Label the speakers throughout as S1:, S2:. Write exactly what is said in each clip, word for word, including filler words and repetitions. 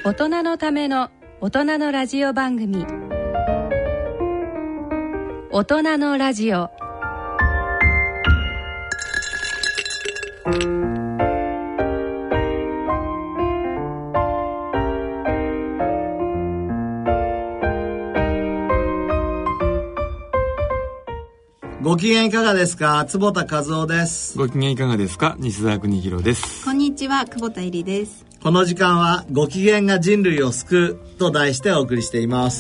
S1: 大人のための大人のラジオ番組、大人のラジオ。
S2: ご機嫌いかがですか？坪田和夫です。
S3: ご機嫌いかがですか？西澤邦弘です。
S4: こんにちは、久保田恵里です。
S2: この時間はご機嫌が人類を救うと題してお送りしています。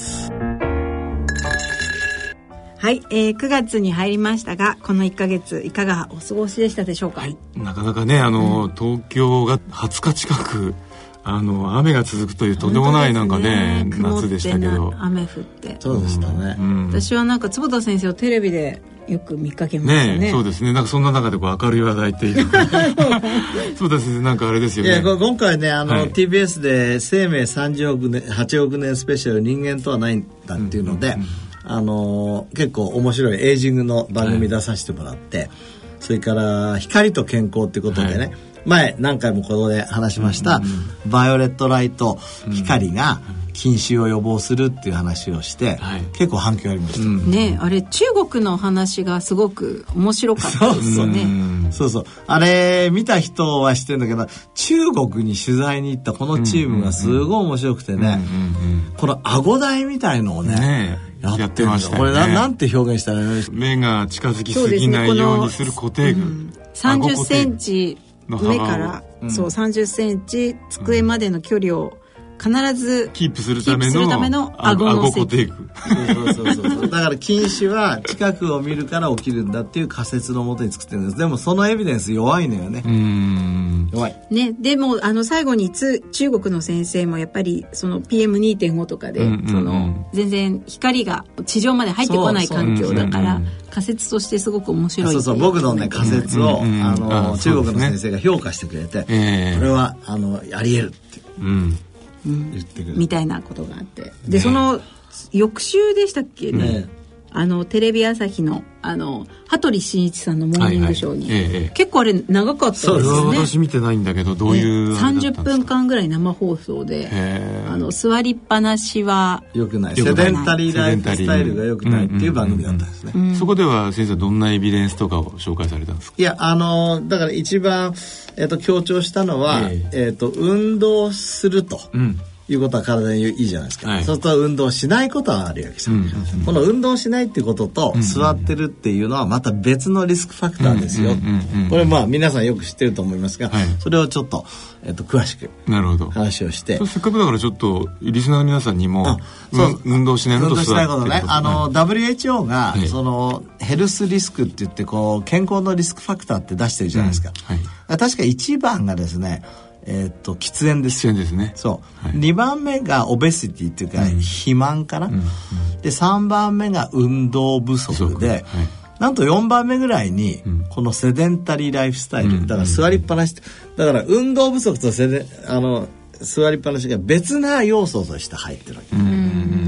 S4: はい、えー、くがつに入りましたが、このいっかげついかがお過ごしでしたでしょうか？
S3: はい、なかなかね、あの、うん、東京がはつか近くあの雨が続くというとんでもないなんか ね, ね夏でしたけど、
S4: 雨降って
S2: そうでしたね、
S4: うん、私はなんか坪田先生をテレビでよく見かけましたね。
S3: ね、そうですね。なんかそんな中でこう明るい話題っていうかそうですね、なんかあれですよね。
S2: いや今回ね、あの、はい、ティービーエス で生命さんじゅうおくねんはちおくねんスペシャル人間とはないんだっていうので、うんうんうん、あの結構面白いエイジングの番組出させてもらって、はい、それから光と健康っていうことでね、はい、前何回もここで話しました、うんうんうん、バイオレットライト光が近視を予防するっていう話をして、はい、結構反響ありました、
S4: うんね、あれ中国の話がすごく面白かったですよね。
S2: そうそう、あれ見た人は知ってるんだけど、中国に取材に行ったこのチームがすごい面白くてね、うんうんうん、この顎台みたいのをね、ね
S3: やってましたよね。
S2: これ な, なんて表現したらいいの？
S3: 目が近づきすぎないようにする固定具、うん、
S4: さんじゅっセンチ上から、うん、そうさんじゅっセンチ机までの距離を必ず
S3: キープするため の, するための顎の固定具
S2: そうそうそうそうだから近視は近くを見るから起きるんだっていう仮説のもとに作ってるんです。でもそのエビデンス弱いのよね。うー
S4: ん弱い、ね、でもあの最後につ中国の先生もやっぱりその ピーエムにてんご とかで、うんうんうん、その全然光が地上まで入ってこない環境だから、仮説としてすごく面白い。
S2: そうそう、僕のね仮説を、うんうん、あのあ中国の先生が評価してくれて、えー、これはあのあり得るっていう、うん
S4: 言ってくるみたいなことがあって、で、ね、その翌週でしたっけね、ね、あのテレビ朝日のあの羽鳥慎一さんのモーニングショーに、はいはいええ、結構あれ長かったですよね。
S3: それは私見てないんだけど、どういう、
S4: ね、さんじゅっぷんかんぐらい生放送で、あの座りっぱなしは
S2: 良くない、セデンタリーライフスタイルが良くないっていう番組だったんですね、
S3: うんうんうん、そこでは先生どんなエビデンスとかを紹介されたんですか？
S2: いや、あのだから一番、えー、と強調したのは、えええー、と運動すると、うんいうことは体にいいじゃないですか、はい、そうすると運動しないことはあるわけですよ、うんうんうん、この運動しないっていうことと、うんうん、座ってるっていうのはまた別のリスクファクターですよ、うんうんうん、これまあ皆さんよく知ってると思いますが、はい、それをちょっと、えっと、詳しく話をして、
S3: せっかくだからちょっとリスナーの皆さんにもそう、運動しないのと座ってることね、
S2: あの ダブリューエイチオー が、はい、そのヘルスリスクって言ってこう健康のリスクファクターって出してるじゃないですか、うんはい、確かいちばんがですね、えー、と喫煙です。
S3: 喫煙ですね。
S2: そう、はい、にばんめがオベシティっていうか、うん、肥満かな、うんうん、でさんばんめが運動不足で、はい、なんとよんばんめぐらいに、うん、このセデンタリーライフスタイル、うん、だから座りっぱなし、だから運動不足とセデあの座りっぱなしが別な要素として入ってるわけ、うん、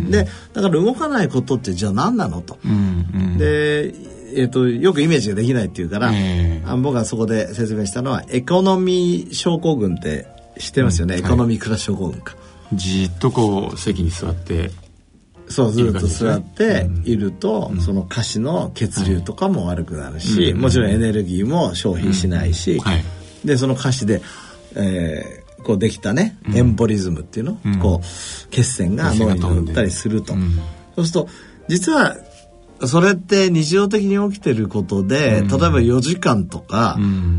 S2: でだから動かないことってじゃあ何なのと、うん、でえー、とよくイメージができないっていうから、えー、僕がそこで説明したのはエコノミー症候群って知ってますよね、うん、エコノミークラス症候群か、は
S3: い、じっとこう席に座って
S2: そうずっと座っていると、うん、その下肢の血流とかも悪くなるし、はい、もちろんエネルギーも消費しないし、うんはい、でその下肢で、えー、こうできたね、うん、エンボリズムっていうの、うん、こう血栓が脳に乗ったりすると、うん、そうすると実はそれって日常的に起きてることで、うん、例えばよじかんとか、うん、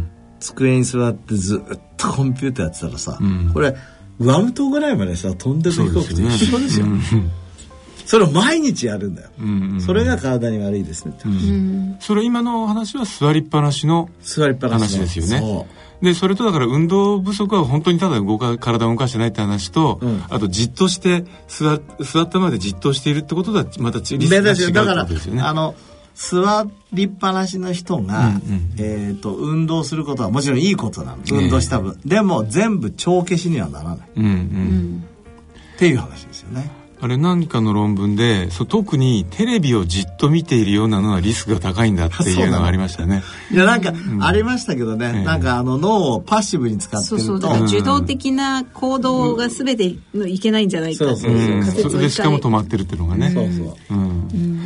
S2: 机に座ってずっとコンピューターやってたらさ、うん、これグアム島ぐらいまでさ飛んでく飛行機と一緒ですよ、うん、それを毎日やるんだよ、うんうん、それが体に悪いですねって話、うん、
S3: それ今の話は座りっぱなしの話ですよね。そうでそれとだから運動不足は本当にただ動か体を動かしてないって話と、うん、あとじっとして座、座ったままでじっとしているってこととはまたリスクが違うってことですよね。
S2: だからあの座りっぱなしの人が、うんうんえー、と運動することはもちろんいいことなの、運動した分、えー、でも全部帳消しにはならない、うんうん、っていう話ですよね。
S3: あれ何かの論文でそう特にテレビをじっと見ているようなのはリスクが高いんだっていうのがありましたね。
S2: いやなんかありましたけどね、うん、なんかあの脳をパッシブに使ってると、
S4: そうそう、だから受動的な行動が全ていけないんじゃないかっていう仮説を、
S3: うん、でしかも止まってるっていうのがね、
S2: そうそう、
S4: うんうん、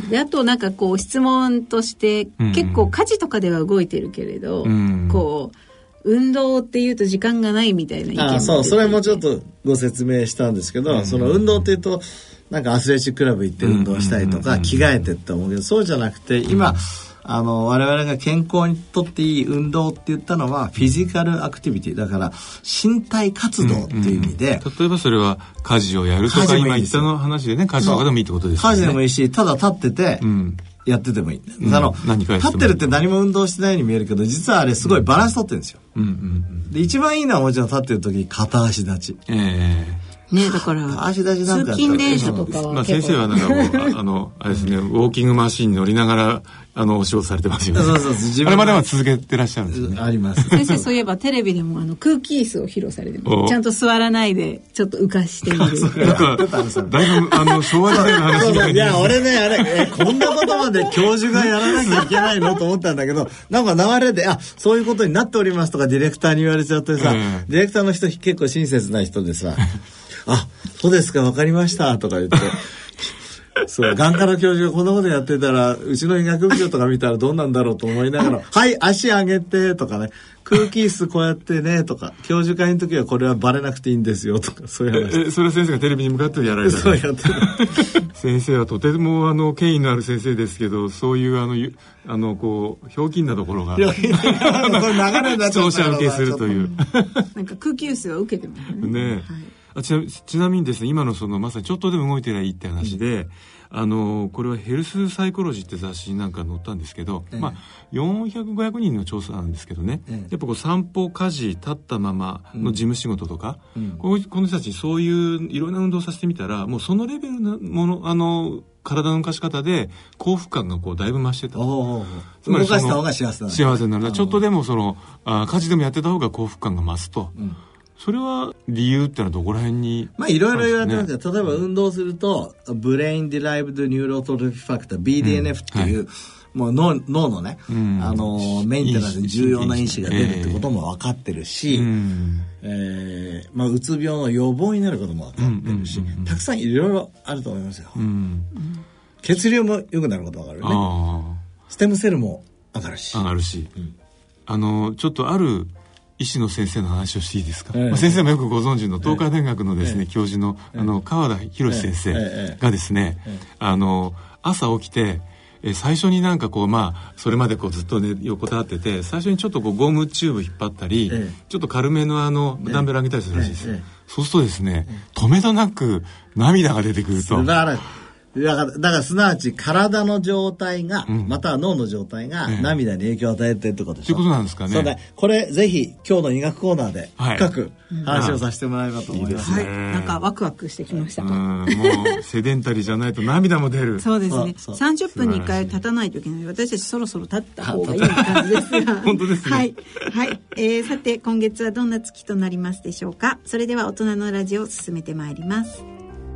S4: であとなんかこう質問として、うん、結構家事とかでは動いてるけれど、うん、こう運動っていうと時間がないみたいな意見も出ていて、
S2: あ、そうそれもちょっとご説明したんですけど、うん、その運動っていうとなんかアスレチッククラブ行って運動したりとか、うん、着替えてって思うけど、そうじゃなくて今、うん、あの我々が健康にとっていい運動って言ったのはフィジカルアクティビティだから身体活動っていう意味で、
S3: うんうん、例えばそれは家事をやるとか、今言ったの話でね、家事とかでもいいってことですよね。
S2: 家事でもいいし、ただ立ってて、うんやっててもいい、うん、あの立ってるって何も運動してないように見えるけど、実はあれすごいバランス取ってるんですよ、うんうんうん、で一番いいのはもちろん立ってる時に片足立ち、え
S4: ーね、だから
S2: 足立ちなんか
S4: 通勤電車とかは、
S3: まあ、先生はなんかもうあのあれですね、ウォーキングマシンに乗りながらあのお仕事されてますよね。そうそうそう、あれまでは続けてらっしゃるんですよね。
S2: あります。
S4: 先生そういえばテレビでもあの空気椅子を披露されてます。ちゃんと座らないでちょっと浮かしてみる。
S3: なんかだいぶあの昭和時代の話みたいに。
S2: いや俺ねあれえこんなことまで教授がやらなきゃいけないのと思ったんだけど、なんか流れであそういうことになっておりますとかディレクターに言われちゃってさ、うん、ディレクターの人結構親切な人でさあそうですかわかりましたとか言ってそう眼科の教授がこんなことやってたらうちの医学部長とか見たらどうなんだろうと思いながらはい足上げてとかね、空気椅子こうやってねとか、教授会の時はこれはバレなくていいんですよとか、そういう話。
S3: ええ、それは先生がテレビに向かってやられた。
S2: そうやって
S3: 先生はとてもあの権威のある先生ですけど、そういうあのあのこうひょうきんなところがこれ流れになっちゃった視聴者受けするという
S4: なんか空気椅子は受けてますね。
S3: ね、はい、あ ち, なちなみにですね、今のそのまさにちょっとでも動いてりゃいいって話で、うん、あのこれはヘルスサイコロジーって雑誌になんか載ったんですけど、ええ、まあ、よんひゃくごひゃくにんの調査なんですけどね、ええ、やっぱこう散歩家事立ったままの事務仕事とか、うん、こ, この人たちにそういういろんな運動させてみたら、もうそのレベルのもの、あの体の動かし方で幸福感がこうだいぶ増してた。
S2: おつまり動かした方が幸せな
S3: の。幸せになる。ちょっとでもそのあ家事でもやってた方が幸福感が増すと、うん、それは理由ってのはどこら辺に、
S2: まあいろいろ言われてますけど、例えば運動するとブレインディライブドニューロトロフィーファクター ビーディーエヌエフ っていう、うんはい、もう 脳, 脳のね、うん、あのメンテナンスに重要な因子が出るってことも分かってるし、えーえーまあ、うつ病の予防になることも分かってるし、うんうんうんうん、たくさんいろいろあると思いますよ、うん、血流も良くなること分かるよね。ステムセルも上がるし
S3: 上がるし、うん、あのちょっとある医師の先生の話をしていいですか、えーまあ、先生もよくご存知の東海大学のですね、えー、教授の、あの川田博先生がですね、えーえー、あの朝起きてえ最初になんかこう、まあそれまでこうずっと、ね、横たわってて、最初にちょっとこうゴムチューブ引っ張ったり、ええ、ちょっと軽めのあのダンベル上げたりするらしいです、ええ、そうするとですね、ええ、止めどなく涙が出てくると、
S2: 素晴らしい。だから、だからすなわち体の状態が、うん、または脳の状態が涙に影響を与えてるってことでしょ。
S3: ということなんですかね。
S2: そうだ。これぜひ今日の医学コーナーで深く話をさせてもらえればと思います。
S4: はい、なんかワクワクしてきました。
S3: うん、もうセデンタリーじゃないと涙も出る。
S4: そうですね。さんじゅっぷんにいっかい立たないといけない。私たちそろそろ立った方がいい感じですが。
S3: 本当ですね。
S4: はい。はい。えー、さて今月はどんな月となりますでしょうか。それでは大人のラジオを進めてまいります。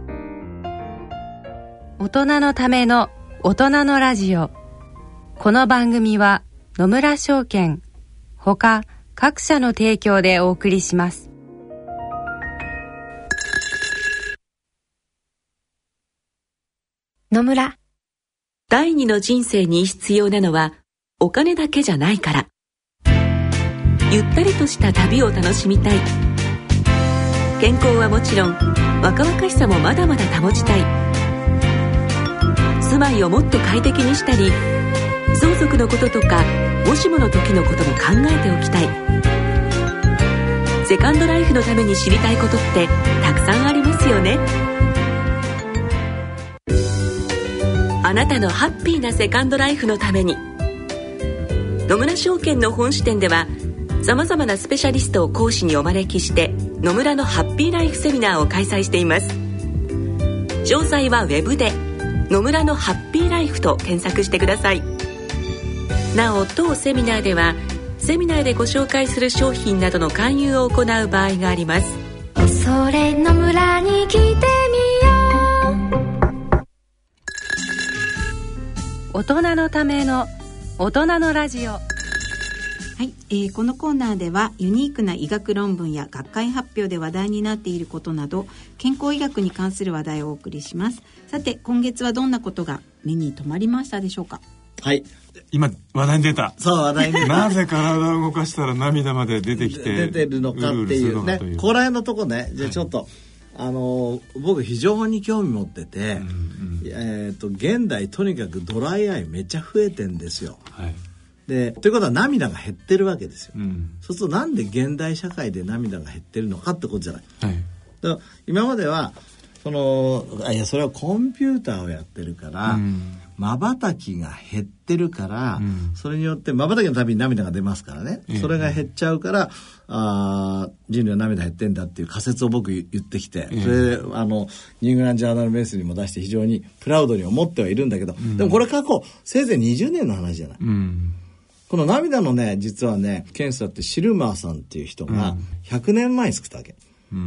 S1: 大人のための大人のラジオ。この番組は野村証券ほか各社の提供でお送りします。
S5: 野村、第二の人生に必要なのはお金だけじゃないから。ゆったりとした旅を楽しみたい。健康はもちろん若々しさもまだまだ保ちたい。住まいをもっと快適にしたり、相続のこととかもしもの時のことも考えておきたい。セカンドライフのために知りたいことってたくさんありますよね。あなたのハッピーなセカンドライフのために、野村証券の本支店ではさまざまなスペシャリストを講師にお招きして野村のハッピーライフセミナーを開催しています。詳細はウェブで野村のハッピーライフと検索してください。なお当セミナーではセミナーでご紹介する商品などの勧誘を行う場合があります。
S6: それの村に来てみよう。
S1: 大人のための大人のラジオ。
S4: はい、えー、このコーナーではユニークな医学論文や学会発表で話題になっていることなど健康医学に関する話題をお送りします。さて今月はどんなことが目に留まりましたでしょうか。
S2: はい、
S3: 今話題に出た。
S2: そう話題に出た
S3: なぜ体を動かしたら涙まで出てきて
S2: 出てるのかっていうね。ここら辺のとこね、じゃあちょっと、はい、あの僕非常に興味持ってて、うんうん、えーと現代とにかくドライアイめっちゃ増えてんですよ。はい、でということは涙が減ってるわけですよ。うん、そうするとなんで現代社会で涙が減ってるのかってことじゃない。はい、だから今まではそのいやそれはコンピューターをやってるからまばたきが減ってるから、うん、それによってまばたきのたびに涙が出ますからね、うん、それが減っちゃうからあ人類は涙減ってんだっていう仮説を僕言ってきて、うん、それであのニューイングランドジャーナルメスにも出して非常にプラウドに思ってはいるんだけど、うん、でもこれ過去せいぜいにじゅうねんの話じゃない。うん、この涙のね実はね検査ってシルマーさんっていう人がひゃくねんまえに作ったわけ。うん、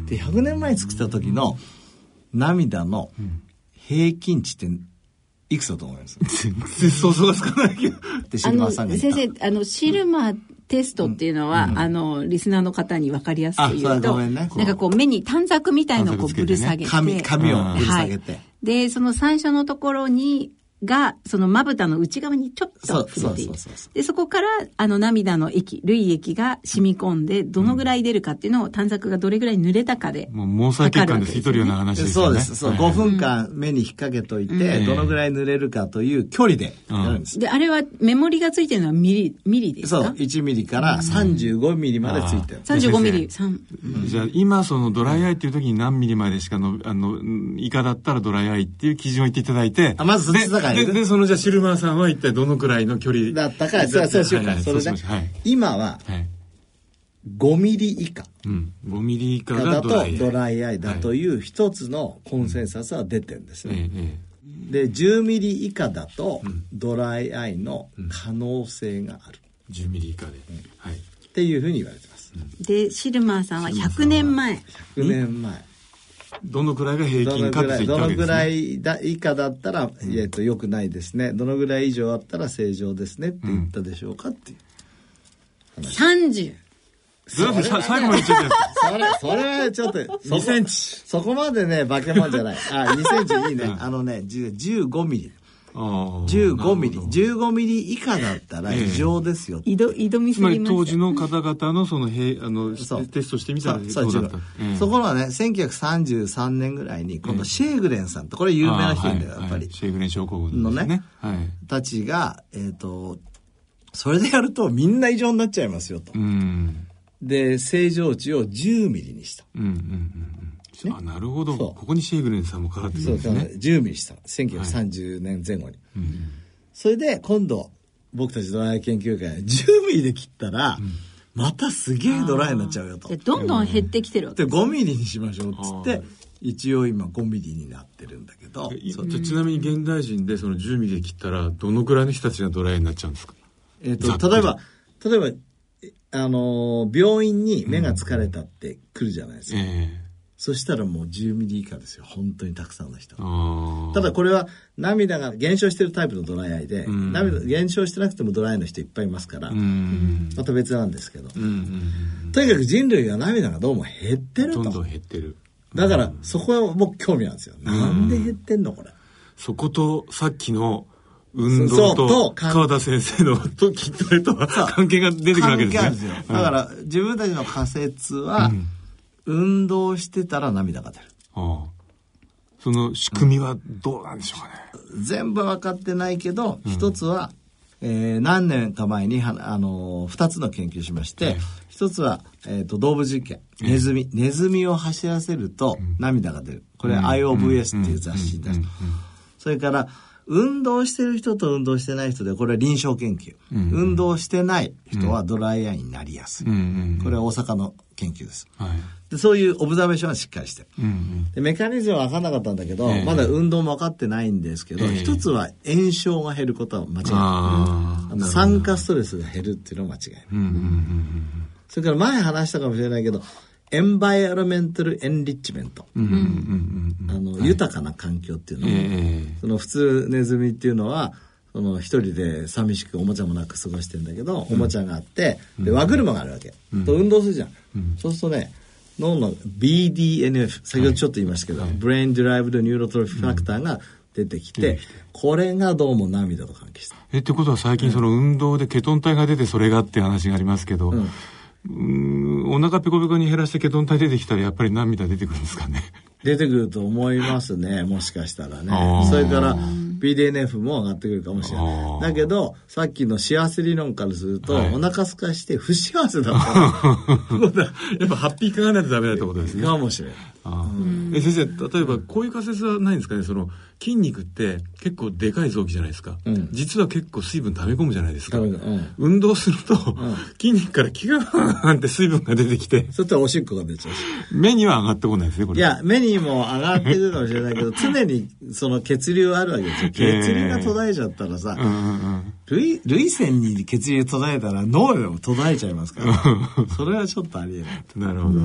S2: でひゃくねんまえに作った時の涙の平均値っていくつだと思います？
S3: 全然想像がつかないけど。
S4: でシルマーさんが言った。先生、あのシルマーテストっていうのは、うん、あのリスナーの方に分かりやすく言うと、ね、なんかこう目に短冊みたいのをこうぶる下げて、
S2: 紙紙をぶる下げて、はい、
S4: でその最初のところにがそのまぶたの内側にちょっと触れている。でそこからあの涙の液涙液が染み込んでどのぐらい出るかっていうのを短冊がどれぐらい濡れたかで
S3: もう毛細血管で吸い取るような話ですよね。
S2: そうですそう、はい、ごふんかん目に引っ掛けといて、うん、どのぐらい濡れるかという距離でやるんです、
S4: うん、であれはメモリがついてるのはミリミリですか。
S2: そういちミリからさんじゅうごミリまでついてる、うん、
S4: さんじゅうごミリ、うん、
S3: じゃあ今そのドライアイっていう時に何ミリまでしかのあの以下だったらドライアイっていう基準を言っていただいて、
S2: あまずそっちだから
S3: で で, でそのじゃあシルマーさんは一体どのくらいの距離
S2: だったか、そうそうしようか。それで、はい、今はごミリ以下、
S3: うん、ごミリ以下がドライアイ
S2: だとドライアイだという一つのコンセンサスは出てるんですね。うん、でじゅうミリ以下だとドライアイの可能性がある。
S3: うん、じゅうミリ以下で、うん
S2: はい、っていうふうに言われてます。
S4: うん、でシルマーさんはひゃくねんまえ。ひ
S2: ゃくねんまえ。
S3: どのくらいが平均かって言ったわけですね。
S2: どのくらいだ以下だったら、うん、えっと良くないですね。どのぐらい以上あったら正常ですねって言ったでしょうかっていう
S4: 話。さんじゅう。
S3: 最後まで言っちゃったやつ。
S2: それそれはちょっと
S3: にセンチ。
S2: そこまでね化け物じゃない。あにセンチいいね。あのねじゅうごミリ。じゅうごミリじゅうごミリ以下だったら異常ですよ。
S4: 井戸井戸見せりました。
S3: 当時の方々のそのあのテストしてみたらそうだった。
S2: そこはねせんきゅうひゃくさんじゅうさんねんぐらいに今度シェーグレンさんとこれ有名な人なんだよやっぱり。
S3: シェーグレン症候群
S2: のねたちがえっとそれでやるとみんな異常になっちゃいますよと。で正常値をじゅうミリにした。うんうんうん。
S3: ね、あなるほど。ここにシェーグレンさんもかかってくるんですね。そう
S2: じゅうミリしたせんきゅうひゃくさんじゅうねんぜん後に、はいうん、それで今度僕たちドライアイ研究会はじゅうミリで切ったら、うん、またすげえドライになっちゃうよと。
S4: どんどん減ってきてるわけ
S2: でごミリにしましょうっつって一応今ごミリになってるんだけど。
S3: じゃちなみに現代人でそのじゅうミリで切ったらどのくらいの人たちがドライになっちゃうんですか。
S2: えー、と例えば例えばあのー、病院に目が疲れたって来るじゃないですか、うんえーそしたらもうじゅうミリ以下ですよ本当にたくさんの人。ただこれは涙が減少してるタイプのドライアイで、うん、涙減少してなくてもドライの人いっぱいいますから、うん、また別なんですけど、うんうん、とにかく人類は涙がどうも減ってると。
S3: どんどん減ってる。
S2: だからそこは僕興味なんですよ。なんで減ってんのこれ。
S3: そことさっきの運動と川田先生のと筋トレとは関係が出てくるわけですね。関係あるんですよ。
S2: だから自分たちの仮説は、うん運動してたら涙が出る。ああ
S3: その仕組みはどうなんでしょうかね。
S2: うん、全部分かってないけど、うん、一つは、えー、何年か前にはあのー、二つの研究しまして、はい、一つは、えー、と動物実験ネズミ、ネズミを走らせると涙が出る。これ、うん、アイオーブイエス っていう雑誌に出して、それから運動してる人と運動してない人でこれは臨床研究、うん、運動してない人はドライアイになりやすい、うん、これは大阪の研究です、はい、でそういうオブザベーションはしっかりしてる、うん、でメカニズムは分からなかったんだけど、えー、まだ運動も分かってないんですけど、えー、一つは炎症が減ることは間違いない。ああの酸化ストレスが減るっていうのは間違いない、うんうんうんうん、それから前話したかもしれないけどエンバイアロメンタルエンリッチメント、うんうんうんうん、あの、はい、豊かな環境っていうのも、えー、その普通ネズミっていうのはその一人で寂しくおもちゃもなく過ごしてんだけど、うん、おもちゃがあってで輪車があるわけ、うん、と運動するじゃん、うん、そうするとね脳の ビーディーエヌエフ 先ほどちょっと言いましたけど、はい、ブレインディライブドニューロトロフィーファクターが出てきて、うん、これがどうも涙と関係してる。
S3: えってことは最近その運動でケトン体が出てそれがっていう話がありますけど、うん、うーんお腹ペコペコに減らしてケトン体出てきたらやっぱり涙出てくるんですかね。
S2: 出てくると思いますね、もしかしたらね。それから ビーディーエヌエフ も上がってくるかもしれない。だけどさっきの幸せ理論からすると、はい、お腹すかして不幸せだったら
S3: やっぱハッピー化がないとダメだってことですね。
S2: かもしれない。
S3: あうん、え先生例えばこういう仮説はないんですかね。その筋肉って結構でかい臓器じゃないですか、うん、実は結構水分溜め込むじゃないですか、うん、運動すると、うん、筋肉から気がーんって水分が出てきて
S2: そしたらおしっこが出ちゃうし
S3: 目には上がってこないですねこれ。
S2: いや目にも上がってくるかもしれないけど常にその血流あるわけですよ。血流が途絶えちゃったらさ、えーうんうん、涙, 涙腺に血流途絶えたら脳でも途絶えちゃいますからそれはちょっとありえない。
S3: なるほど、うん、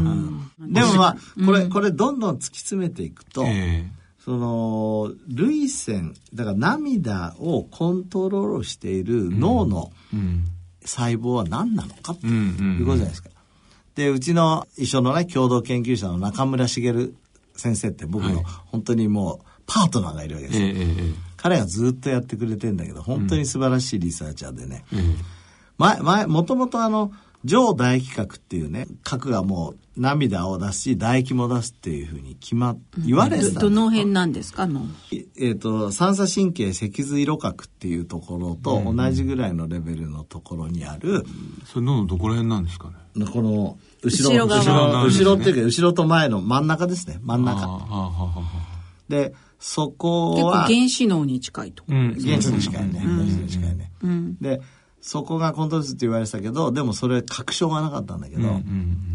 S2: でもまあこれ、これどんどん突き詰めていくと、えーその涙腺だから涙をコントロールしている脳の細胞は何なのかっていうことじゃないですか。でうちの一緒のね共同研究者の中村茂先生って僕の本当にもうパートナーがいるわけですよ、はいえー、彼がずっとやってくれてんだけど本当に素晴らしいリサーチャーでね、うん、前前もともとあの上唾液核っていうね核がもう涙を出すし唾液も出すっていうふうに決まっ言われてたんです。
S4: どの辺なんですかの
S2: えっと三叉神経脊髄路核っていうところと同じぐらいのレベルのところにある、うんうん、
S3: それ脳のどこら辺なんですかね。
S2: この後ろ後ろ後ろっていうか後ろと前の真ん中ですね。真ん中でそこは
S4: 結構原子脳に近いと、
S2: うん、原子に近いね、うん、原子に近いね、うん、でそこがコントロールって言われてたけどでもそれ確証がなかったんだけど、うんうんうん、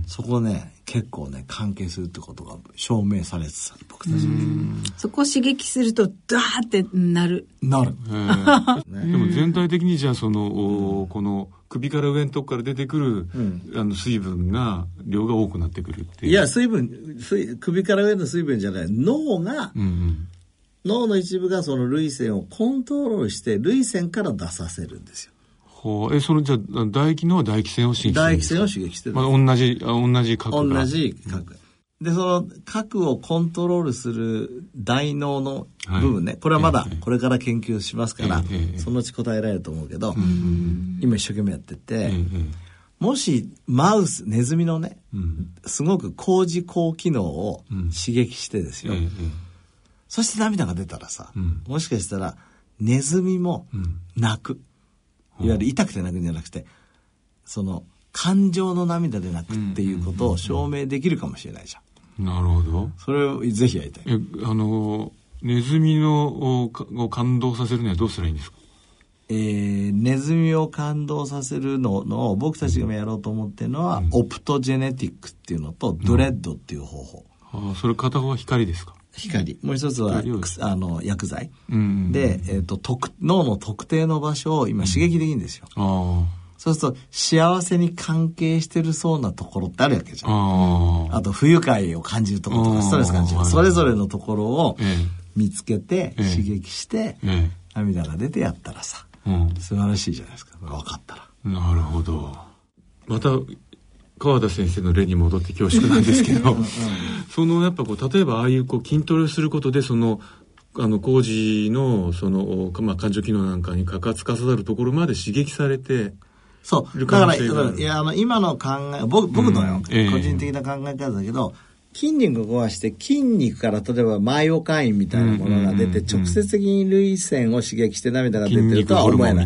S2: そこね結構ね関係するってことが証明されてた僕たち。
S4: そこを刺激するとダーってなる
S2: なる、
S3: ね、でも全体的にじゃあその、うん、この首から上のとこから出てくる、うん、あの水分が量が多くなってくるっていう。
S2: いや水分水首から上の水分じゃない脳が、うんうん、脳の一部がその涙腺をコントロールして涙腺から出させるんですよ。
S3: えそのじゃあ唾液のは唾液腺を刺激してる。
S2: 唾液腺を刺激してる。
S3: まあ、同じ同じ核が
S2: 同じ核、うん、でその核をコントロールする大脳の部分ね、はい、これはまだこれから研究しますから、えー、そのうち答えられると思うけど、えー、今一生懸命やってて、えー、もしマウスネズミのね、うん、すごく高次高機能を刺激してですよ、うんえー、そして涙が出たらさ、うん、もしかしたらネズミも泣く、うんいわゆる痛くて泣くんじゃなくてその感情の涙で泣くっていうことを証明できるかもしれないじゃん。
S3: なるほど。
S2: それをぜひやりたい。
S3: えあのネズミのを感動させるにはどうすればいいんですか。
S2: えー、ネズミを感動させるのの僕たちがやろうと思ってるのは、うん、オプトジェネティックっていうのとドレッドっていう方法、
S3: うん、あそれ片方は光ですか。
S2: 光もう一つはあの薬剤、うんうん、で、えーと、特脳の特定の場所を今刺激できるんですよ、うん、あそうすると幸せに関係してるそうなところってあるわけじゃん。 あ, あと不愉快を感じるところとかストレス感じるそれぞれのところを見つけて、ええ、刺激して、ええ、涙が出てやったらさ、うん、素晴らしいじゃないですか分かったら。
S3: なるほど。また川田先生の例に戻って恐縮なんですけど、うん、そのやっぱこう例えばああいうこう筋トレをすることでそのあの工事のその、まあ、感情機能なんかにかかつかさざるところまで刺激されて
S2: そうだからいやあの今の考え僕僕のよ、うんえー、個人的な考え方だけど筋肉を壊して筋肉から例えばマイオカインみたいなものが出て、うんうんうん、直接的に涙腺を刺激して涙が出てるとは思えない。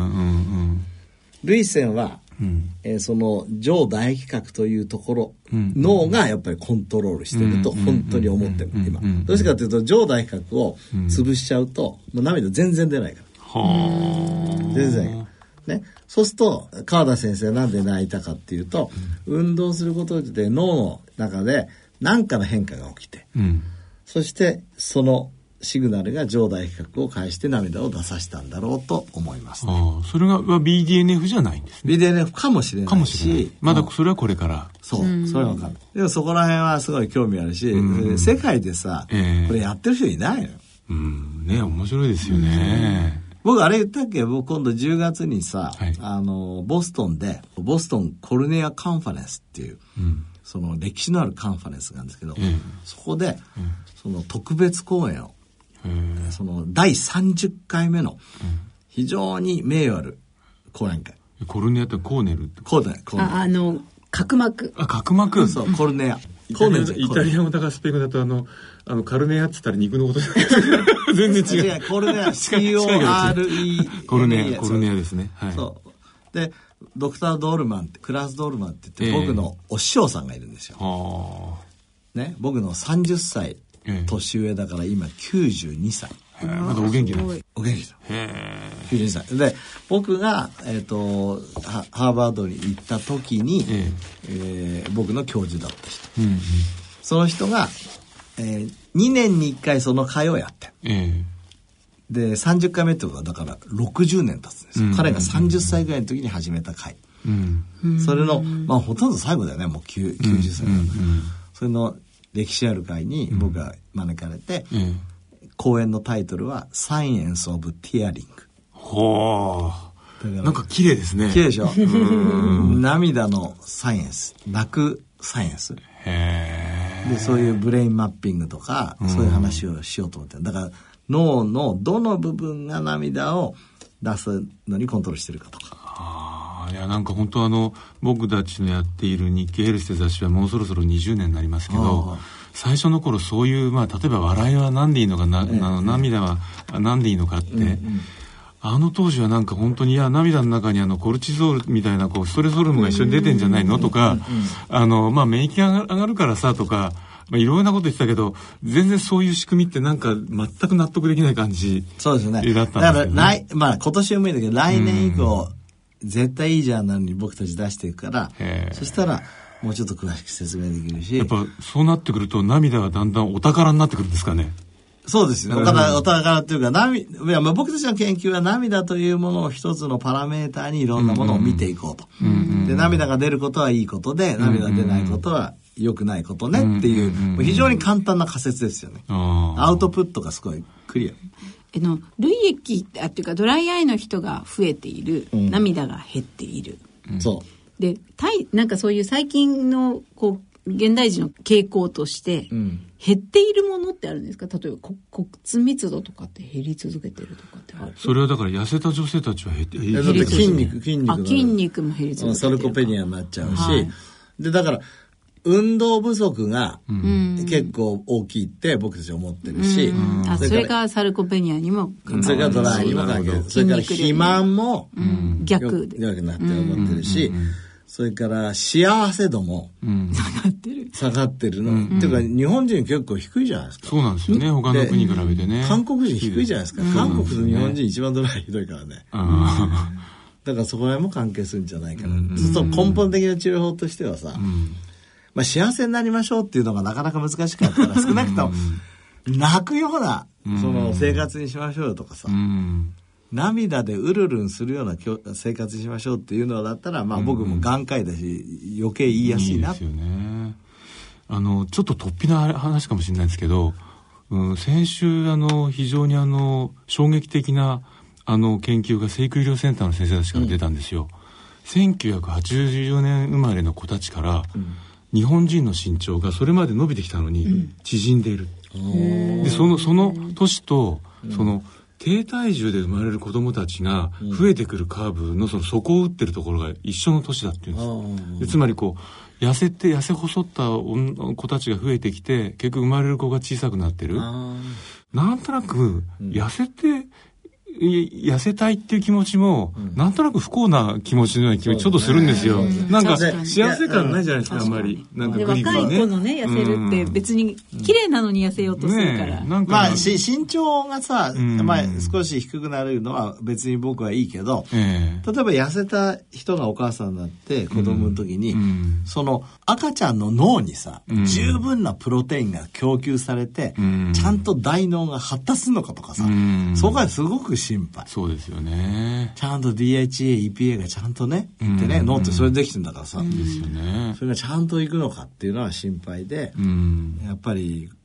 S2: 涙腺はうんえー、その上唾液核というところ、うん、脳がやっぱりコントロールしてると本当に思ってる、うん、今、うん、どうしてかというと上唾液核を潰しちゃうと、うん、もう涙全然出ないから、うん、全然出ないから、ね、そうすると川田先生なんで泣いたかっていうと、うん、運動することで脳の中で何かの変化が起きて、うん、そしてそのシグナルが上唾液核を介して涙を出させたんだろうと思いますね。
S3: あそれが ビーディーエヌエフ じゃないんですね。
S2: ビーディーエヌエフ かもしれないしかもしれない。
S3: まだそれはこれから。
S2: そう、うん、それは分かる。でもそこら辺はすごい興味あるし、うん、世界でさ、えー、これやってる人いないのよ。
S3: うんね面白いですよね。
S2: 僕あれ言ったっけ？僕今度じゅうがつにさ、はい、あの、ボストンで、ボストンコルネアカンファレンスっていう、うん、その歴史のあるカンファレンスなんですけど、うん、そこで、うん、その特別講演を、そのだいさんじゅっかいめの非常に名誉ある講演会。
S3: コルネアってコーネルって
S2: コーネル。
S4: あ、あの、角膜。
S3: あ、角膜。
S2: そう、コルネア。
S3: コーネル。イタリア語だからスペイン語だとあの、あの、カルネアって言ったら肉のことじゃない全然違う。
S2: 違う、コルネア、シーオーアールイー。
S3: コルネア、コルネアですね。はい。
S2: そう。で、ドクター・ドールマンって、クラス・ドールマンって言って、僕のお師匠さんがいるんですよ。えー、ね、僕のさんじゅっさい年上だから今きゅうじゅうにさい。
S3: まだお元気なんです。
S2: お元気だ。きゅうじゅうにさい。で、僕が、えっ、ー、と、ハーバードに行った時に、えーえー、僕の教授だった人。うんうん、その人が、えー、にねんにいっかいその会をやって。えー、で、さんじゅっかいめってことは、だからろくじゅうねん経つんですよ。うんうんうん、彼がさんじゅっさいぐらいの時に始めた会。うん、それの、まあほとんど最後だよね、もうきゅうじゅっさいだから、うんうんうん。それの歴史ある会に僕が招かれて、うん、講演のタイトルはサイエンス・オブ・ティアリング。
S3: ほー。なんか綺麗ですね。
S2: 綺麗でしょ。うん涙のサイエンス、泣くサイエンス。へー。で、そういうブレインマッピングとか、そういう話をしようと思ってる。だから脳のどの部分が涙を出すのにコントロールしてるかとか。
S3: ああ、いやなんか本当あの僕たちのやっている日経ヘルスって雑誌はもうそろそろにじゅうねんになりますけど。最初の頃そういう、まあ、例えば笑いは何でいいのかな、ええ、涙は何でいいのかって、うんうん、あの当時はなんか本当にいや涙の中にあのコルチゾールみたいなこうストレスホルモンが一緒に出てんじゃないのとか、あの、まあ、免疫が上がるからさとか、まあ、いろんなこと言ってたけど全然そういう仕組みってなんか全く納得できない感じ
S2: そうですよね。
S3: だったんですけどね。
S2: だから来、まあ、今年は無理だけど来年以降、うん、絶対いいじゃんなのに僕たち出していくからそしたらもうちょっと詳しく説明できるし。
S3: やっぱそうなってくると涙がだんだんお宝になってくるんですかね。
S2: そうですね。お宝、お宝っていうか、涙、いやまあ僕たちの研究は涙というものを一つのパラメーターにいろんなものを見ていこうと。うんうん、で、涙が出ることはいいことで、涙が出ないことは良くないことねっていう、うんうん、非常に簡単な仮説ですよね。アウトプットがすごいクリア。
S4: あの、涙液あっていうかドライアイの人が増えている、うん、涙が減っている。
S2: うん、そう。
S4: で、なんかそういう最近のこう現代人の傾向として、うん、減っているものってあるんですか？例えば骨密度とかって減り続けてるとかってある？
S3: それはだから痩せた女性たちは減って減
S2: り続けてる。筋肉筋肉
S4: あ筋肉も減り続けてる。
S2: サルコペニアになっちゃうし、はい、でだから運動不足が結構大きいって僕たち思ってるし、
S4: うんうん、あそれからサルコペニアにも関係る。
S2: それからドライにも関係る。それから肥満も、
S4: うん、逆で
S2: 逆になって思ってるし、うんうんうん、それから幸せ度も
S4: 下がってる
S2: 下がってるの、うん、っていうか日本人結構低いじゃないですか。
S3: そうなんですよね。他の国に比べてね。
S2: 韓国人低いじゃないですか。韓国と日本人一番ドライひどいからね。うん、だからそこら辺も関係するんじゃないかな。うん、ずっと根本的な治療法としてはさ、うんまあ、幸せになりましょうっていうのがなかなか難しかったら少なくとも泣くようなその生活にしましょうよとかさ、うん、涙でうるるんするような生活にしましょうっていうのだったらまあ僕も眼科医だし余計言いやすいな。
S3: いいですよね。あのちょっと突飛な話かもしれないですけど、うん、先週あの非常にあの衝撃的なあの研究が生育医療センターの先生たちから出たんですよ。うん、せんきゅうひゃくはちじゅうねん生まれの子たちから、うん日本人の身長がそれまで伸びてきたのに縮んでいる、うん、でそのその年とその低体重で生まれる子どもたちが増えてくるカーブのその底を打ってるところが一緒の年だっていうんです。でつまりこう痩せて痩せ細った子たちが増えてきて結局生まれる子が小さくなってる。なんとなく痩せて痩せたいっていう気持ちも、うん、なんとなく不幸な気持ちのような気持ちちょっとするんですよ。うん、なんか幸せ感ないじゃないですか、あんまり。なんか
S4: グリグリね。若い子のね、痩せるって別に綺麗なのに痩せようとするから。うんね、なんか
S2: まあし身長がさ、まあ、少し低くなるのは別に僕はいいけど、えー、例えば痩せた人がお母さんになって子供の時に、その赤ちゃんの脳にさ、十分なプロテインが供給されて、ちゃんと大脳が発達するのかとかさ、そこがすごく心配。
S3: そうですよね。
S2: ちゃんと ディーエイチエー、イーピーエー がちゃんとね、いってね、脳ってそれできてるんだからさ。
S3: ですよね。
S2: それがちゃんといくのかっていうのは心配で、うんやっぱり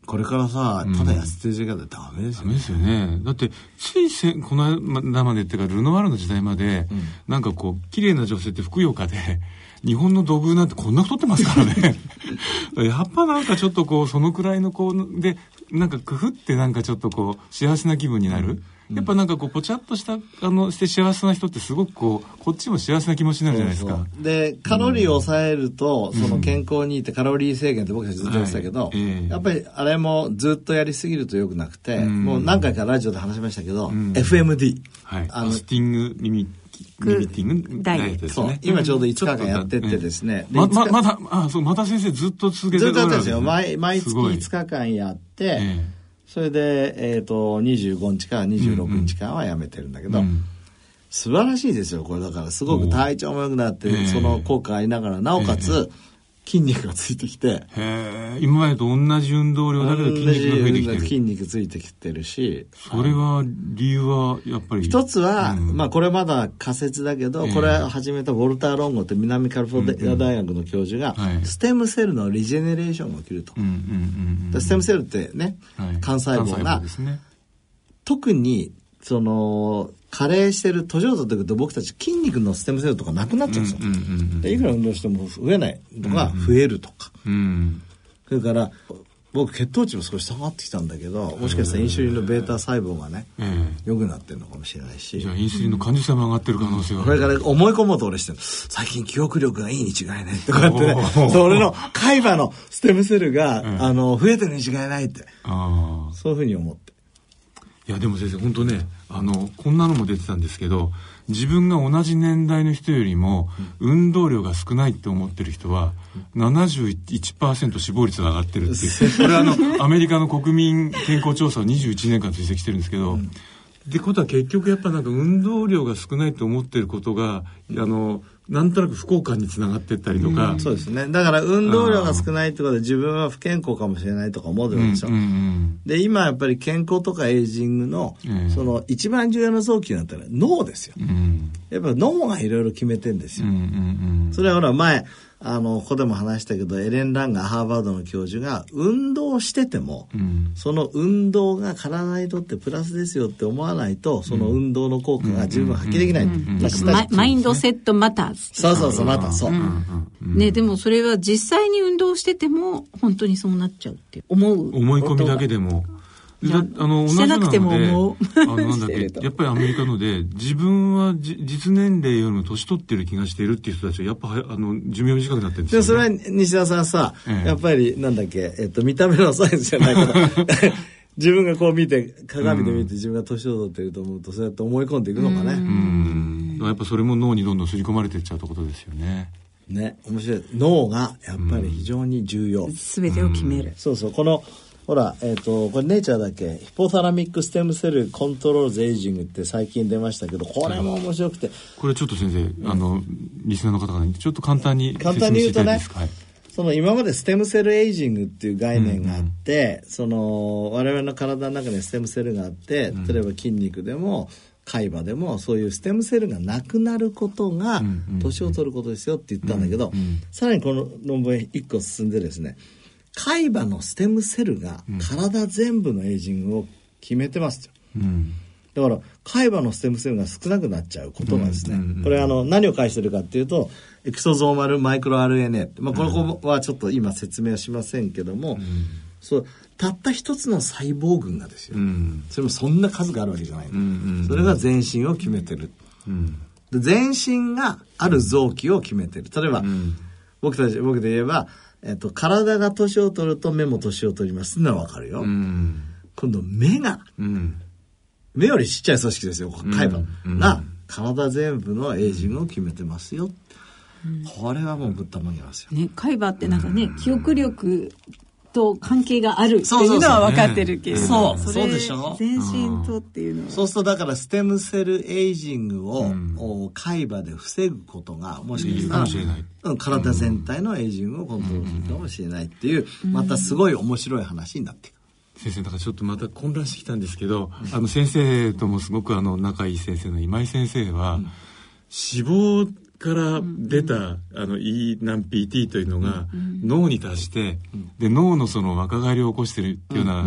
S2: これからさ、ただ痩せてる時間でダメですよね。
S3: ダメですよね。だってついせこの間までっていうかルノワールの時代まで、うん、なんかこう綺麗な女性ってふくよかで日本の土偶なんてこんな太ってますからねやっぱなんかちょっとこうそのくらいのこうでなんか工夫ってなんかちょっとこう幸せな気分になる、うんやっぱなんかこうポチャッとしたあのして幸せな人ってすごくこうこっちも幸せな気持ちになるじゃないですか。そう
S2: そうでカロリーを抑えると、うん、その健康にいいってカロリー制限って僕たちずっと言ってたけど、はいえー、やっぱりあれもずっとやりすぎると良くなくて、うん、もう何回かラジオで話しましたけど、うん、エフエムディー、
S3: はい、あのファスティングミミミミティングダイエットですね。
S2: 今ちょうどいつかかんやってってですね、
S3: うん、ま, ま, まだあそうまた先生ずっと続けてる
S2: ずっとやってるんですよ。毎, 毎月いつかかんやって、えーそれで、えー、とにじゅうごにちからにじゅうろくにちかんはやめてるんだけど、うんうん、素晴らしいですよこれ。だからすごく体調も良くなってその効果がありながらなおかつ筋肉がついてきて、
S3: へ今までと同じ運動量だけど筋肉が増えてきてる。
S2: 筋肉ついてきてるし、
S3: それは理由はやっぱり
S2: 一つは、うん、まあこれまだ仮説だけど、これ始めたウォルター・ロンゴって南カリフォルニア大学の教授が、うんうん、ステムセルのリジェネレーションが起きると、うんうんうんうん、ステムセルってね、はい、幹細胞が
S3: ですね、
S2: 特にその加齢してる年を取ってくると僕たち筋肉のステムセルとかなくなっちゃうんですよ、うんうんうん、でいくら運動しても増えないとか増えるとか、うんうん、それから僕血糖値も少し下がってきたんだけどもしかしたらインスリンのベータ細胞がね、えー、良くなってるのかもしれないし、
S3: じゃあインスリンの感受性も上がってる可能性は、
S2: これから思い込もうと俺してる最近記憶力がいいに違いないってこうやってねそれの海馬のステムセルが、えー、あの増えてるに違いないってあそういうふうに思って、
S3: いやでも先生本当ねあのこんなのも出てたんですけど、自分が同じ年代の人よりも運動量が少ないって思ってる人は ななじゅういちパーセント 死亡率が上がってるっていうこれはあのアメリカの国民健康調査をにじゅういちねんかん追跡してるんですけど、うん、ってことは結局やっぱなんか運動量が少ないと思ってることがあのなんとなく不幸感につながっていったりとか、
S2: うん、そうですね。だから運動量が少ないってことで自分は不健康かもしれないとか思うでしょ、うんうんうん、で今やっぱり健康とかエイジングの、うん、その一番重要な臓器になったら脳ですよ、うん、やっぱ脳がいろいろ決めてんですよ、うんうんうん、それはほら前あのここでも話したけどエレン・ランガーハーバードの教授が運動してても、うん、その運動が体にとってプラスですよって思わないとその運動の効果が十分発揮できない、うんうんうん、
S4: マ, マインドセットマターズ、
S2: そうそうそうマターそう、うん
S4: うん、ね、でもそれは実際に運動してても本当にそうなっちゃうって思う
S3: 思い込みだけでもであの同じなのであのなんだっけやっぱりアメリカので自分はじ実年齢よりも年取ってる気がしているっていう人たちはやっぱあの寿命短くなってるんですよね。で
S2: それは西田さんさ、ええ、やっぱりなんだっけ、えっと、見た目のサイズじゃないけど自分がこう見て鏡で見て自分が年を取ってると思うとそうやって思い込んでいくのかね。
S3: うんうんやっぱそれも脳にどんどん刷り込まれていっちゃうってことですよね。
S2: ね、面白い。脳がやっぱり非常に重要。
S4: すべてを決める。
S2: そうそう、このほら、えっと、これネイチャーだっけヒポタラミックステムセルコントロールズエイジングって最近出ましたけど、これも面白くて。
S3: これちょっと先生、うん、あの、リスナーの方々にちょっと簡単に説明していただいていいですか。簡単に言うとね、はい、その今までステムセルエイジングっていう概念があって、うんうん、その我々の体の中にステムセルがあって、例えば筋肉でも、海馬でもそういうステムセルがなくなることが年を取ることですよって言ったんだけど、うんうん、さらにこの論文いっこ進んでですね、海馬のステムセルが体全部のエイジングを決めてますよ、うん、だから海馬のステムセルが少なくなっちゃうことがですね、うんうんうん、これあの何を介してるかっていうとエクソゾーマルマイクロ アールエヌエー、まあ、これはちょっと今説明はしませんけども、うん、そうたった一つの細胞群がですよ、うん、それもそんな数があるわけじゃない、うんうんうん、それが全身を決めてる、うん、で全身がある臓器を決めてる。例えば、うん、僕たち僕で言えばえっと、体が年を取ると目も年を取りますってのは分かるよ、うん、今度目が、うん、目よりちっちゃい組織ですよ海馬、うん、が体全部のエイジングを決めてますよ、うん、これはもうぶったまげますよ、
S4: ね、海馬ってなんかね、うん、記憶力と関係があるっていうのは分かってるけど、
S2: そうそうそうでしょ、
S4: 全身とっていうのは、
S2: そうするとだからステムセルエイジングを、うん、海馬で防ぐことがもしかしたら、うん、体全体のエイジングをコントロールするかもしれないっていう、うん、またすごい面白い話になっていく。
S3: 先生だからちょっとまた混乱してきたんですけど、うん、あの先生ともすごくあの仲いい先生の今井先生は、うん、脂肪から出た、うん、あの イーナンピーティー というのが、うん、脳に達して、うん、で脳のその若返りを起こしてるっていうような、うん、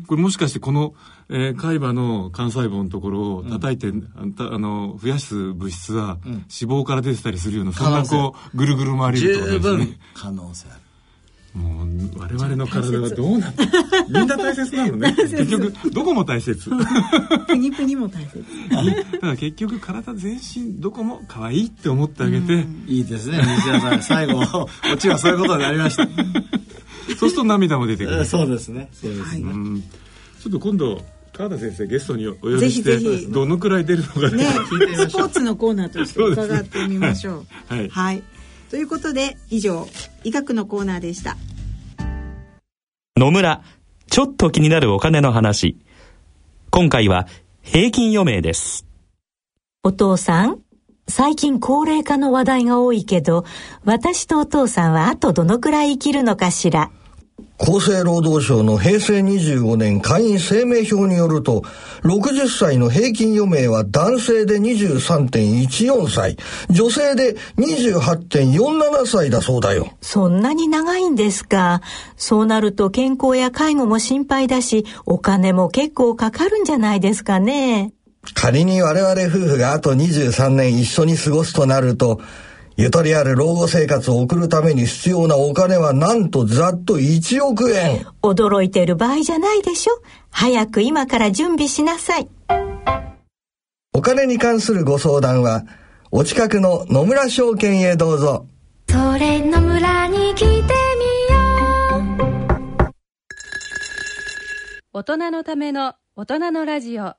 S3: これもしかしてこの、えー、海馬の幹細胞のところを叩いて、うん、あ, あの増やす物質は、うん、脂肪から出てたりするような、そんなこうぐるぐる回れるってことですね。
S2: 十分可能性ある。
S3: もう我々の体はどうなってみんな大切なのね結局どこも大切
S4: プニプニも大切
S3: だから結局体全身どこも可愛いって思ってあげて、うん、
S2: いいですね西田さん最後オチはそういうことになりました
S3: そうすると涙も出てくる
S2: そうですねそうですね、
S3: うん、ちょっと今度川田先生ゲストにお呼びしてぜひぜひどのくらい出るのかね
S4: 聞いてみましょうスポーツのコーナーとして伺ってみましょうはい、はいはいということで以上医学のコーナーでした。
S6: 野村ちょっと気になるお金の話。今回は平均余命です。
S7: お父さん、最近高齢化の話題が多いけど、私とお父さんはあとどのくらい生きるのかしら。
S8: 厚生労働省の平成にじゅうごねん会員生命表によると、ろくじゅっさいの平均余命は男性で にじゅうさんてんいちよん 歳、女性で にじゅうはちてんよんなな 歳だそうだよ。
S7: そんなに長いんですか。そうなると健康や介護も心配だし、お金も結構かかるんじゃないですかね。
S8: 仮に我々夫婦があとにじゅうさんねん一緒に過ごすとなると、ゆとりある老後生活を送るために必要なお金はなんとざっといちおくえん。
S7: 驚いてる場合じゃないでしょ。早く今から準備しなさい。
S8: お金に関するご相談はお近くの野村証券へどうぞ。
S9: それ野村に来てみよう。
S1: 大人のための大人のラジオ。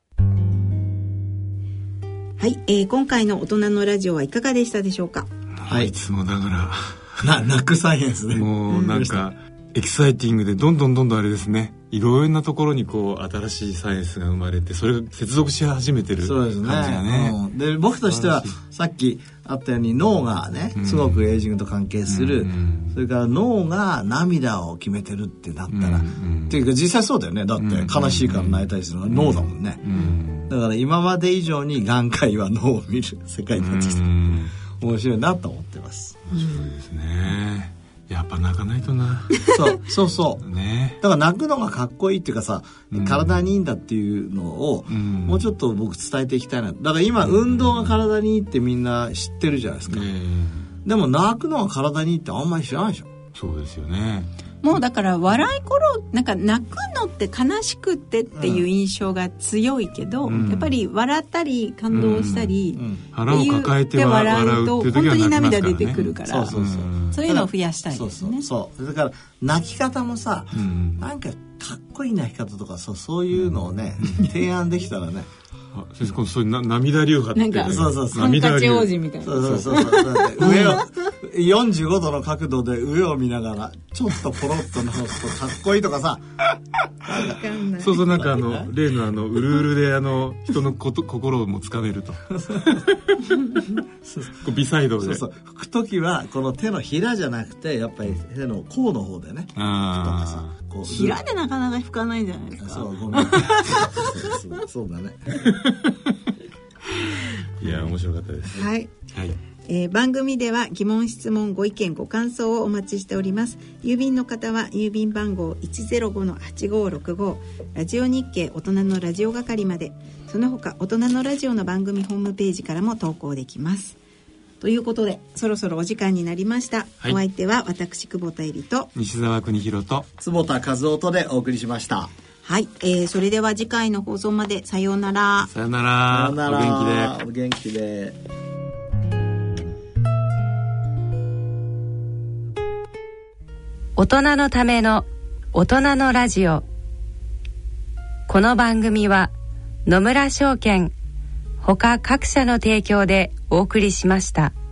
S4: はい、えー、今回の大人のラジオはいかがでしたでしょうか。
S3: はい、いつもだか
S2: らなナックサイエンスね。
S3: もうなんかエキサイティングでどんどんどんどんあれですね、いろんなところにこう新しいサイエンスが生まれて、それが接続し始めてる感じがね。
S2: うん、で僕としてはさっきあったように脳がねすごくエイジングと関係する、うん、それから脳が涙を決めてるってなったら、うん、っていうか実際そうだよね。だって悲しいから泣いたりするのは脳だもんね、うん、だから今まで以上に眼科医は脳を見る世界になってきた、うん、面白いなと思ってます。
S3: 面白いですね。やっぱ泣かないとな。
S2: そうそうそうね。だから泣くのがかっこいいっていうかさ、うん、体にいいんだっていうのを、うん、もうちょっと僕伝えていきたいな。だから今、うん、運動が体にいいってみんな知ってるじゃないですか、うん、でも泣くのが体にいいってあんまり知らないでしょ。
S3: そうですよね。
S4: もうだから笑い頃なんか泣くのって悲しくってっていう印象が強いけど、うん、やっぱり笑ったり感動したり、うんうん、
S3: 腹を抱えて笑うと
S4: 本当に涙出てくるから、そうそうそう、そういうのを増やしたいですね。
S2: そうそうそう。だから泣き方もさ、うん、なんかかっこいい泣き方とかそうそういうのをね、うん、提案できたらね。
S3: あ、先生、このそういうな涙流派って、ね、
S4: なんか
S2: そうそうそう、
S4: ハンカチ王子みたいな。
S2: そうそうそうそう上をよんじゅうごどの角度で上を見ながらちょっとポロッと直すとかっこいいとかさ。
S3: そうそう、なんかあの例のあのうるうるであの人のこと心をもつかめると。ビサイドで。そうそう。
S2: 拭くときはこの手のひらじゃなくてやっぱり手の甲の方でね。
S4: ああ。こうひらでなかなか拭かないんじゃないですか。そうごめん。そうそうそうだね。
S3: いや面白かったです。
S4: はい。はい。えー、番組では疑問質問ご意見ご感想をお待ちしております。郵便の方は郵便番号 いちゼロごのはちごろくご ラジオ日経大人のラジオ係まで。その他大人のラジオの番組ホームページからも投稿できます。ということでそろそろお時間になりました、はい、お相手は私久保田恵里と
S3: 西澤邦弘と
S2: 坪田和夫とでお送りしました。
S4: はい、えー、それでは次回の放送までさようなら。
S3: さようなら。
S2: さようなら。お元気で。お元気で。
S1: 大人のための大人のラジオ。この番組は野村証券ほか各社の提供でお送りしました。